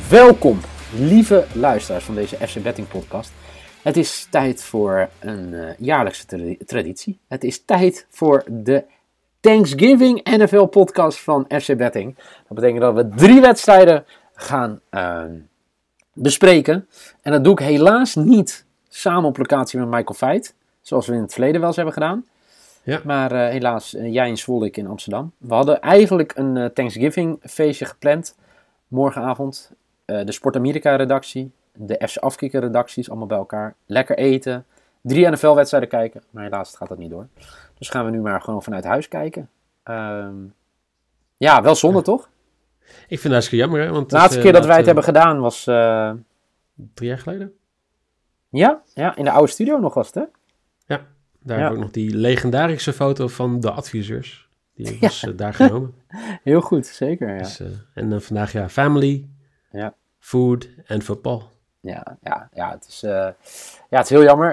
Welkom, lieve luisteraars van deze FC Betting podcast. Het is tijd voor een jaarlijkse traditie. Het is tijd voor de Thanksgiving NFL podcast van FC Betting. Dat betekent dat we 3 wedstrijden gaan bespreken. En dat doe ik helaas niet samen op locatie met Michael Veit, zoals we in het verleden wel eens hebben gedaan. Ja. Maar helaas, jij in Zwolle, ik in Amsterdam. We hadden eigenlijk een Thanksgiving feestje gepland. Morgenavond. De Sport Amerika redactie. De FC Afkikken redacties, allemaal bij elkaar. Lekker eten. 3 NFL-wedstrijden kijken. Maar helaas gaat dat niet door. Dus gaan we nu maar gewoon vanuit huis kijken. Ja, wel zonde toch? Ik vind het hartstikke jammer. Hè? Want de laatste keer dat wij het hebben gedaan was... 3 jaar geleden? Ja, in de oude studio nog was het, hè? Ja, daar heb ik ook nog die legendarische foto van de adviseurs. Die was daar genomen. Heel goed, zeker. Ja. Dus, en dan vandaag family, food en voetbal. Ja, het is heel jammer.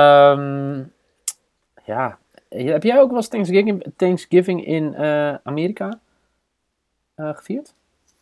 Heb jij ook wel eens Thanksgiving in Amerika gevierd?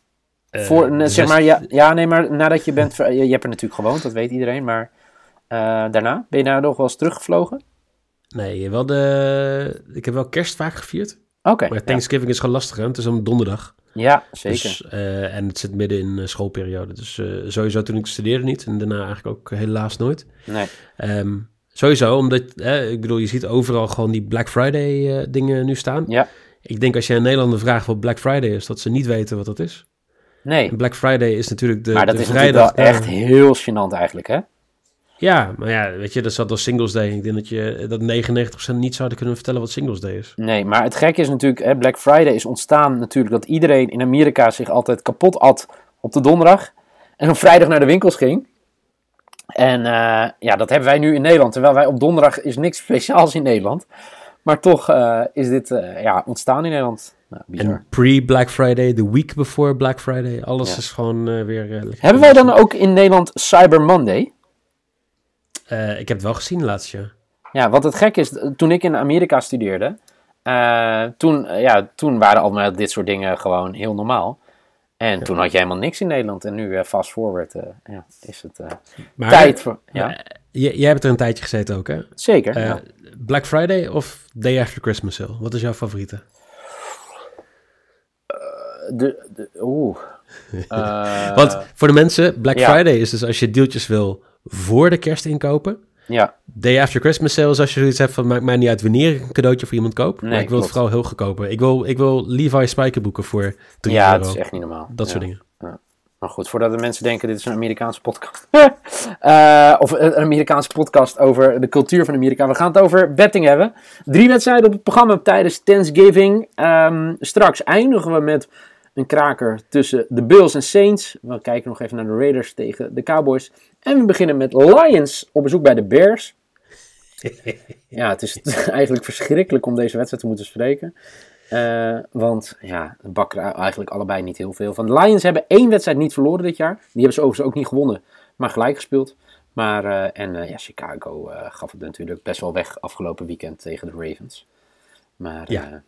Maar nadat je bent... je hebt er natuurlijk gewoond, dat weet iedereen, maar daarna? Ben je daar nog wel eens teruggevlogen? Nee, ik heb wel kerst vaak gevierd. Okay, maar Thanksgiving is gewoon lastig, hè? Het is een donderdag. Ja, zeker. Dus, en het zit midden in schoolperiode. Dus sowieso toen ik studeerde niet. En daarna eigenlijk ook helaas nooit. Nee. Sowieso, omdat... ik bedoel, je ziet overal gewoon die Black Friday dingen nu staan. Ja. Ik denk als je een Nederlander vraagt wat Black Friday is, dat ze niet weten wat dat is. Nee. En Black Friday is natuurlijk de maar dat de is vrijdag... natuurlijk wel echt heel gênant eigenlijk, hè? Ja, maar ja, weet je, dat zat als Singles Day. Ik denk dat 99% niet zouden kunnen vertellen wat Singles Day is. Nee, maar het gekke is natuurlijk, Black Friday is ontstaan natuurlijk dat iedereen in Amerika zich altijd kapot at op de donderdag. En op vrijdag naar de winkels ging. En dat hebben wij nu in Nederland. Terwijl wij op donderdag is niks speciaals in Nederland. Maar toch is dit ontstaan in Nederland. Nou, en pre-Black Friday, the week before Black Friday, alles is gewoon weer... hebben wij dan ook in Nederland Cyber Monday? Ik heb het wel gezien laatst jaar. Ja, wat het gek is, toen ik in Amerika studeerde, toen waren allemaal dit soort dingen gewoon heel normaal. En toen had je helemaal niks in Nederland. En nu, fast forward, is het tijd voor... Ja. Jij hebt er een tijdje gezeten ook, hè? Zeker, Black Friday of Day After Christmas Sale? Wat is jouw favoriete? Want voor de mensen, Black Friday is dus als je deeltjes wil voor de kerst inkopen. Ja. Day After Christmas Sale is als je zoiets hebt van, maakt mij niet uit wanneer ik een cadeautje voor iemand koop. Nee, maar ik wil het vooral heel goedkopen. Ik wil Levi spijkerboeken voor €3. Ja, dat is echt niet normaal. Dat soort dingen. Ja. Maar goed, voordat de mensen denken, dit is een Amerikaanse podcast. Of een Amerikaanse podcast over de cultuur van Amerika. We gaan het over betting hebben. 3 wedstrijden op het programma tijdens Thanksgiving. Straks eindigen we met een kraker tussen de Bills en Saints. We kijken nog even naar de Raiders tegen de Cowboys. En we beginnen met Lions op bezoek bij de Bears. Ja, het is eigenlijk verschrikkelijk om deze wedstrijd te moeten spreken. Want het bakken eigenlijk allebei niet heel veel van. De Lions hebben 1 wedstrijd niet verloren dit jaar. Die hebben ze overigens ook niet gewonnen, maar gelijk gespeeld. Maar, Chicago gaf het natuurlijk best wel weg afgelopen weekend tegen de Ravens. Maar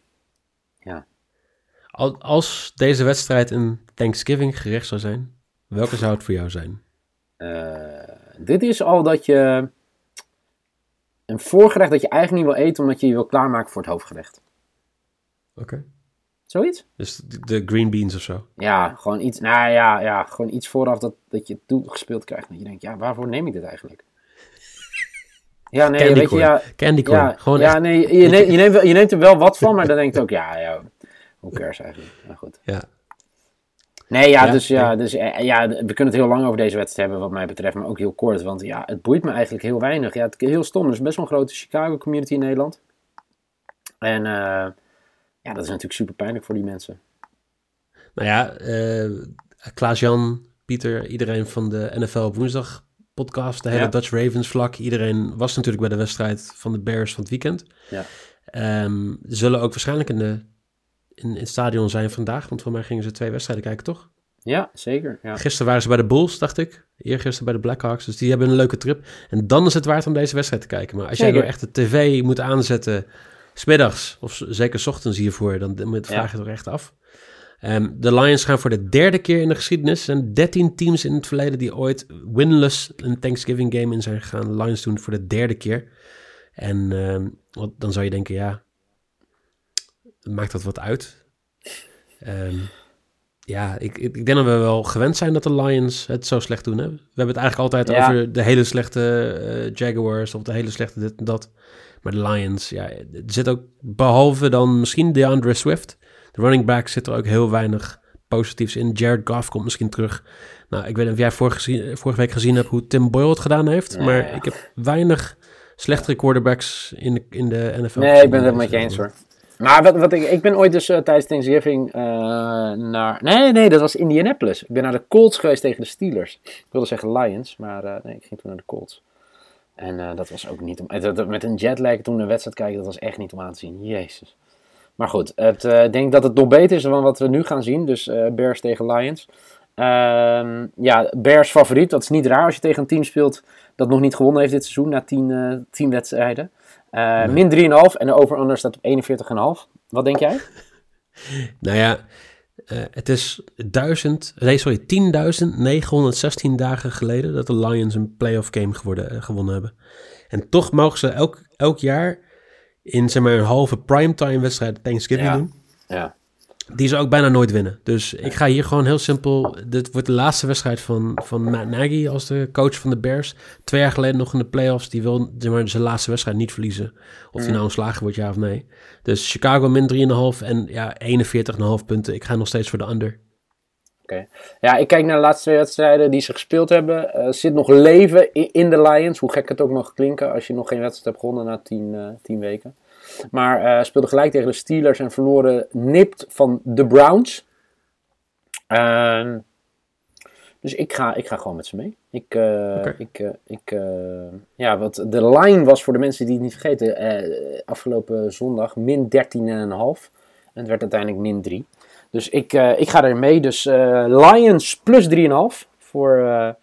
Als deze wedstrijd een Thanksgiving gerecht zou zijn, welke zou het voor jou zijn? Dit is al dat je een voorgerecht dat je eigenlijk niet wil eten, omdat je wil klaarmaken voor het hoofdgerecht. Oké. Zoiets? Dus de green beans of zo? Ja, gewoon iets, gewoon iets vooraf dat je het toegespeeld krijgt. Dat je denkt, waarvoor neem ik dit eigenlijk? Ja, nee, candy weet corn. je, Candy corn. Ja, gewoon ja nee, je neemt er wel wat van, maar dan denk je ook, hoe cares eigenlijk? Maar goed. Ja. Nee, we kunnen het heel lang over deze wedstrijd hebben wat mij betreft, maar ook heel kort, want het boeit me eigenlijk heel weinig. Ja, het is heel stom. Er is best wel een grote Chicago community in Nederland. En dat is natuurlijk super pijnlijk voor die mensen. Nou ja, Klaas-Jan, Pieter, iedereen van de NFL op woensdag podcast, de hele Dutch Ravens vlak. Iedereen was natuurlijk bij de wedstrijd van de Bears van het weekend. Ja. Er zullen ook waarschijnlijk in het stadion zijn vandaag, want voor mij gingen ze 2 wedstrijden kijken, toch? Ja, zeker. Ja. Gisteren waren ze bij de Bulls, dacht ik. Eergisteren bij de Blackhawks, dus die hebben een leuke trip. En dan is het waard om deze wedstrijd te kijken. Maar als jij nou echt de tv moet aanzetten, 's middags of zeker 's ochtends hiervoor, dan vraag je het toch echt af. De Lions gaan voor de derde keer in de geschiedenis. Er zijn 13 teams in het verleden die ooit winless een Thanksgiving game in zijn gegaan. De Lions doen het voor de derde keer. En dan zou je denken, maakt dat wat uit? Ik denk dat we wel gewend zijn dat de Lions het zo slecht doen. Hè? We hebben het eigenlijk altijd over de hele slechte Jaguars of de hele slechte dit en dat. Maar de Lions, er zit ook, behalve dan misschien DeAndre Swift, de running back, zit er ook heel weinig positiefs in. Jared Goff komt misschien terug. Nou, ik weet niet of jij vorige week gezien hebt hoe Tim Boyle het gedaan heeft, maar ik heb weinig slechtere quarterbacks in de NFL. Nee, ik ben het met je eens hoor. Maar ik ben ooit dus tijdens Thanksgiving naar... Nee, dat was Indianapolis. Ik ben naar de Colts geweest tegen de Steelers. Ik wilde zeggen Lions, maar ik ging toen naar de Colts. En dat was ook niet om... Met een jetlag toen een wedstrijd kijken, dat was echt niet om aan te zien. Jezus. Maar goed, ik denk dat het nog beter is dan wat we nu gaan zien. Dus Bears tegen Lions. Bears favoriet. Dat is niet raar als je tegen een team speelt dat nog niet gewonnen heeft dit seizoen na 10 wedstrijden. Min 3,5 en de over-under staat op 41,5. Wat denk jij? Nou ja, het is 10.916 dagen geleden dat de Lions een playoff game gewonnen hebben. En toch mogen ze elk jaar in zeg maar een halve primetime wedstrijd Thanksgiving doen. Ja. Die ze ook bijna nooit winnen. Dus ik ga hier gewoon heel simpel... Dit wordt de laatste wedstrijd van Matt Nagy als de coach van de Bears. 2 jaar geleden nog in de playoffs. Die wil zijn laatste wedstrijd niet verliezen. Of die nou ontslagen wordt, ja of nee. Dus Chicago min 3,5 en 41,5 punten. Ik ga nog steeds voor de under. Oké. Ja, ik kijk naar de laatste 2 wedstrijden die ze gespeeld hebben. Er zit nog leven in de Lions. Hoe gek het ook mag klinken als je nog geen wedstrijd hebt gewonnen na 10 weken. Maar speelden gelijk tegen de Steelers en verloren nipt van de Browns. Dus ik ga gewoon met ze mee. Wat de line was voor de mensen die het niet vergeten. Afgelopen zondag min 13,5. En het werd uiteindelijk min 3. Dus ik ga er mee. Dus Lions plus 3,5 voor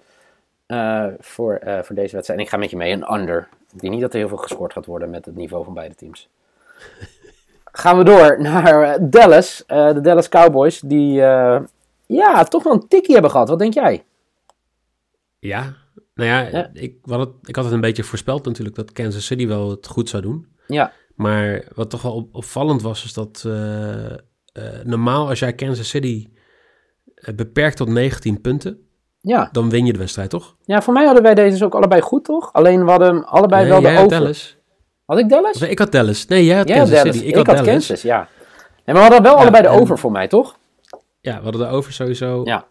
deze wedstrijd. En ik ga met je mee een under. Ik denk niet dat er heel veel gescoord gaat worden met het niveau van beide teams. Gaan we door naar Dallas. De Dallas Cowboys. Die toch wel een tikkie hebben gehad. Wat denk jij? Ja, nou ja. Ik had het een beetje voorspeld natuurlijk dat Kansas City wel het goed zou doen. Ja. Maar wat toch wel opvallend was, is dat normaal als jij Kansas City beperkt tot 19 punten, dan win je de wedstrijd, toch? Ja, voor mij hadden wij deze dus ook allebei goed, toch? Alleen we hadden allebei wel de over. Dallas. Had ik Dallas? Nee, ik had Dallas. Nee, jij had Kansas City. Ik had Dallas. Kansas, ja. En we hadden wel allebei de over voor mij, toch? Ja, we hadden de over sowieso. Ja.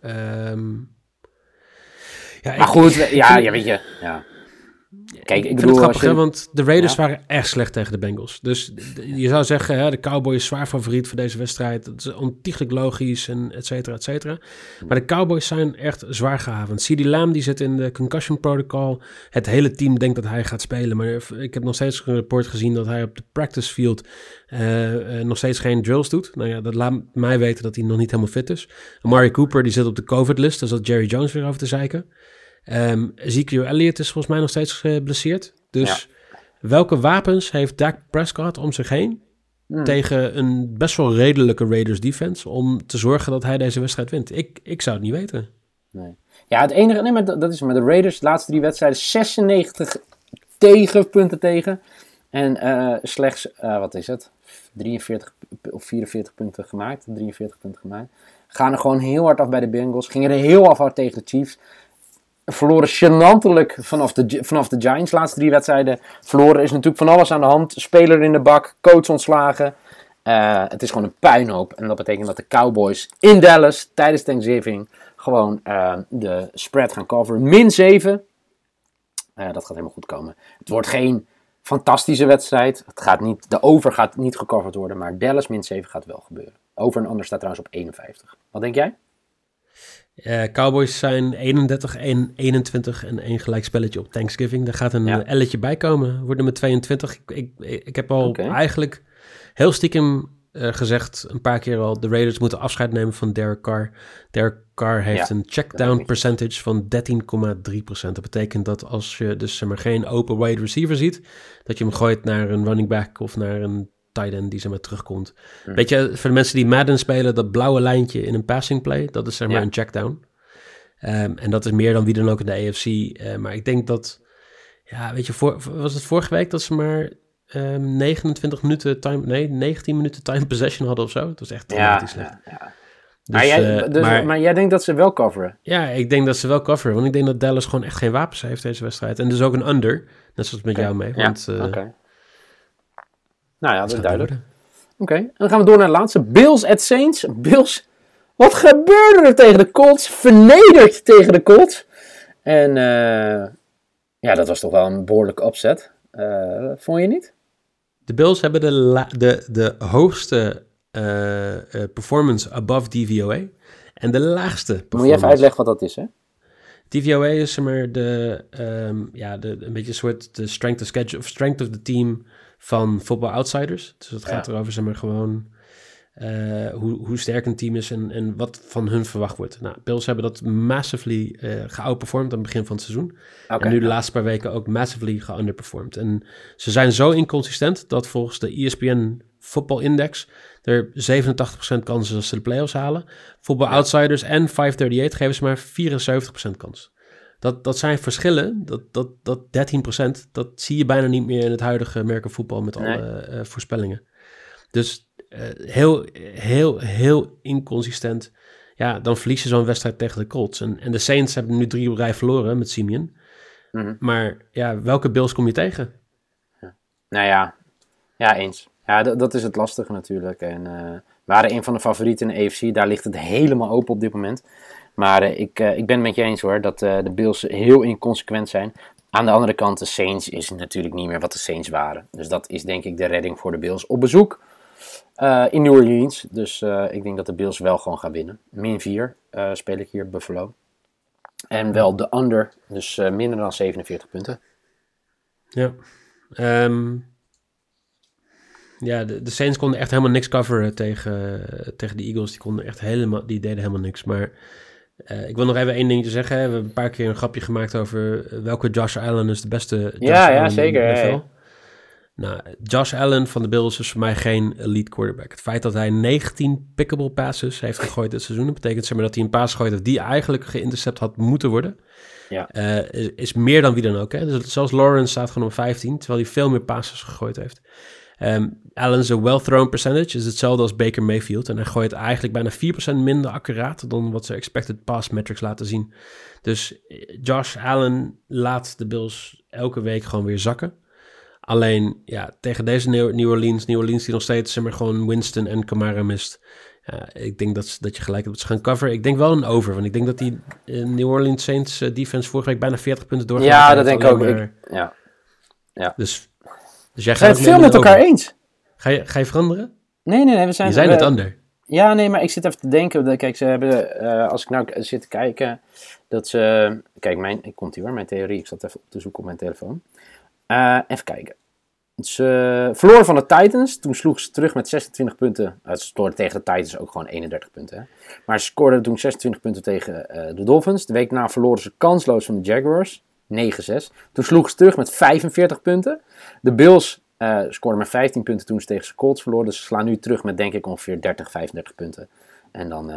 Maar goed, weet je. Ja. Kijk, ik bedoel, het grappig, want de Raiders waren echt slecht tegen de Bengals. Dus je zou zeggen, de Cowboys zwaar favoriet voor deze wedstrijd. Dat is ontiegelijk logisch en et cetera, et cetera. Maar de Cowboys zijn echt zwaar gehavend. CeeDee Lamb die zit in de concussion protocol. Het hele team denkt dat hij gaat spelen. Maar ik heb nog steeds een rapport gezien dat hij op de practice field nog steeds geen drills doet. Nou ja, dat laat mij weten dat hij nog niet helemaal fit is. Amari Cooper die zit op de COVID-list. Daar zat Jerry Jones weer over te zeiken. Ezekiel Elliott is volgens mij nog steeds geblesseerd. Dus welke wapens heeft Dak Prescott om zich heen tegen een best wel redelijke Raiders defense om te zorgen dat hij deze wedstrijd wint? Ik zou het niet weten. Nee. Ja, het enige, maar dat is met de Raiders, de laatste 3 wedstrijden 96 punten tegen. En slechts, 43 of 44 punten gemaakt. 43 punten gemaakt. Gaan er gewoon heel hard af bij de Bengals. Gingen er heel hard tegen de Chiefs. Verloren gênantelijk vanaf de Giants. Laatste 3 wedstrijden verloren. Is natuurlijk van alles aan de hand. Speler in de bak. Coach ontslagen. Het is gewoon een puinhoop. En dat betekent dat de Cowboys in Dallas tijdens Thanksgiving gewoon de spread gaan coveren. Min 7. Dat gaat helemaal goed komen. Het wordt geen fantastische wedstrijd. De over gaat niet gecoverd worden. Maar Dallas min 7 gaat wel gebeuren. Over en under staat trouwens op 51. Wat denk jij? Cowboys zijn 31 en 21 en 1 gelijkspelletje op Thanksgiving. Daar gaat een elletje bij komen. Wordt nummer 22. Ik heb al eigenlijk heel stiekem gezegd, een paar keer al, de Raiders moeten afscheid nemen van Derek Carr. Derek Carr heeft een checkdown percentage van 13,3%. Dat betekent dat als je dus geen open wide receiver ziet, dat je hem gooit naar een running back of naar een tight end die zeg maar terugkomt. Weet je, voor de mensen die Madden spelen, dat blauwe lijntje in een passing play, dat is zeg maar een checkdown. En dat is meer dan wie dan ook in de AFC. Maar ik denk dat, weet je, was het vorige week dat ze maar 19 minuten time possession hadden of zo? Het was echt dramatisch slecht. Ja. Dus, maar jij denkt dat ze wel coveren? Ja, ik denk dat ze wel coveren. Want ik denk dat Dallas gewoon echt geen wapens heeft deze wedstrijd. En dus ook een under. Net zoals met jou mee. Want, Nou ja, dat is duidelijk. Oké, en dan gaan we door naar de laatste. Bills at Saints. Bills, wat gebeurde er tegen de Colts? Vernederd tegen de Colts. En dat was toch wel een behoorlijke upset. Vond je niet? De Bills hebben de hoogste performance above DVOA en de laagste performance. Moet je even uitleggen wat dat is, hè? DVOA is zeg maar een beetje een soort de strength of schedule of strength of the team van Football Outsiders. Dus het gaat erover zeg maar gewoon hoe sterk een team is en wat van hun verwacht wordt. Nou, Bills hebben dat massively geoutperformed aan het begin van het seizoen. En nu de laatste paar weken ook massively geunderperformed. En ze zijn zo inconsistent dat volgens de ESPN Football Index er 87% kans is dat ze de playoffs halen. Football Outsiders en 538 geven ze maar 74% kans. Dat zijn verschillen, dat 13%, dat zie je bijna niet meer in het huidige American-voetbal met alle voorspellingen. Dus heel inconsistent. Ja, dan verlies je zo'n wedstrijd tegen de Colts. En de Saints hebben nu 3 op rij verloren met Simeon. Mm-hmm. Maar ja, welke Bills kom je tegen? Ja, eens. Ja, dat is het lastige natuurlijk. En we waren een van de favorieten in de AFC. Daar ligt het helemaal open op dit moment. Maar ik ben het met je eens hoor, dat de Bills heel inconsequent zijn. Aan de andere kant, de Saints is natuurlijk niet meer wat de Saints waren. Dus dat is denk ik de redding voor de Bills op bezoek in New Orleans. Dus ik denk dat de Bills wel gewoon gaan winnen. Min 4 speel ik hier, Buffalo. En wel de under, dus minder dan 47 punten. Ja, de Saints konden echt helemaal niks coveren tegen de Eagles. Die deden helemaal niks. Maar ik wil nog even één dingetje zeggen. We hebben een paar keer een grapje gemaakt over welke Josh Allen is de beste Josh Allen zeker, in de NFL. Nou, Josh Allen van de Bills is voor mij geen elite quarterback. Het feit dat hij 19 pickable passes heeft gegooid dit seizoen, dat betekent zeg maar dat hij een pass gegooid heeft die eigenlijk geïntercept had moeten worden. Ja. Is meer dan wie dan ook. Hè? Dus zelfs Lawrence staat gewoon op 15, terwijl hij veel meer passes gegooid heeft. Allen's well-thrown percentage is hetzelfde als Baker Mayfield. En hij gooit eigenlijk bijna 4% minder accuraat dan wat ze expected pass metrics laten zien. Dus Josh Allen laat de Bills elke week gewoon weer zakken. Alleen, ja, tegen deze New Orleans die nog steeds zeg maar gewoon Winston en Kamara mist. Ik denk dat je gelijk hebt dat ze gaan coveren. Ik denk wel een over, want ik denk dat die New Orleans Saints defense vorige week bijna 40 punten doorgaat. Ja, dat denk ik ook. Ja. Dus jij gaat het veel met elkaar eens. Ga je veranderen? Nee, we zijn... Je zei het ander. Ja, nee, maar ik zit even te denken. Kijk, ze hebben, als ik nou zit te kijken, dat ze... Kijk, komt hier hoor, mijn theorie. Ik zat even op te zoeken op mijn telefoon. Even kijken. Ze verloren van de Titans. Toen sloegen ze terug met 26 punten. Ze scoorden tegen de Titans ook gewoon 31 punten. Hè? Maar ze scoorden toen 26 punten tegen de Dolphins. De week na verloren ze kansloos van de Jaguars. 9-6. Toen sloegen ze terug met 45 punten. De Bills scoorden maar 15 punten toen ze tegen de Colts verloren. Dus ze slaan nu terug met denk ik ongeveer 30, 35 punten. En dan...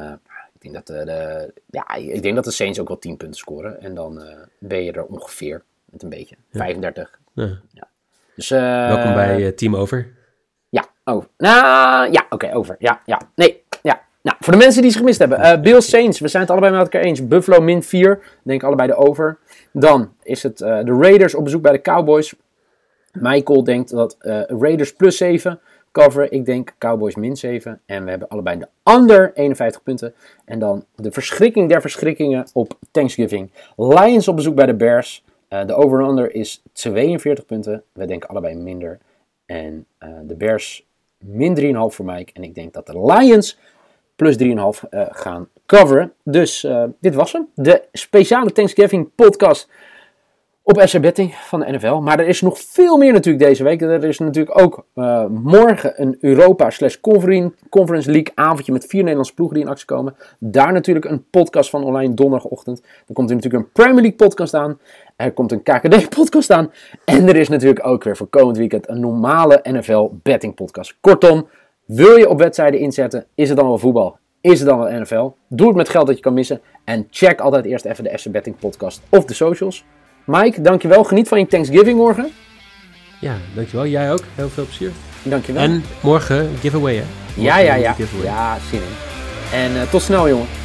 ik denk dat de Saints ook wel 10 punten scoren. En dan ben je er ongeveer met een beetje. 35. Ja. Dus, welkom bij Team Over. Ja, over. Over. Ja. Nee, ja. Nou, voor de mensen die ze gemist hebben. Bills Saints, we zijn het allebei met elkaar eens. Buffalo min 4, denk allebei de over. Dan is het de Raiders op bezoek bij de Cowboys. Michael denkt dat Raiders plus 7 coveren. Ik denk Cowboys min 7. En we hebben allebei de under 51 punten. En dan de verschrikking der verschrikkingen op Thanksgiving. Lions op bezoek bij de Bears. De over-under is 42 punten. We denken allebei minder. En de Bears min 3,5 voor Mike. En ik denk dat de Lions plus 3,5 gaan coveren. Dus dit was hem. De speciale Thanksgiving podcast op SC Betting van de NFL. Maar er is nog veel meer natuurlijk deze week. Er is natuurlijk ook morgen een Europa/Conference League avondje met 4 Nederlandse ploegen die in actie komen. Daar natuurlijk een podcast van online donderdagochtend. Dan komt er natuurlijk een Premier League podcast aan. Er komt een KKD-podcast aan. En er is natuurlijk ook weer voor komend weekend een normale NFL-betting-podcast. Kortom, wil je op wedstrijden inzetten? Is het dan wel voetbal? Is het dan wel NFL? Doe het met geld dat je kan missen. En check altijd eerst even de FC Betting podcast of de socials. Mike, dankjewel. Geniet van je Thanksgiving morgen. Ja, dankjewel. Jij ook. Heel veel plezier. Dankjewel. En morgen giveaway, hè? Ja. Ja, zin in. En tot snel, jongen.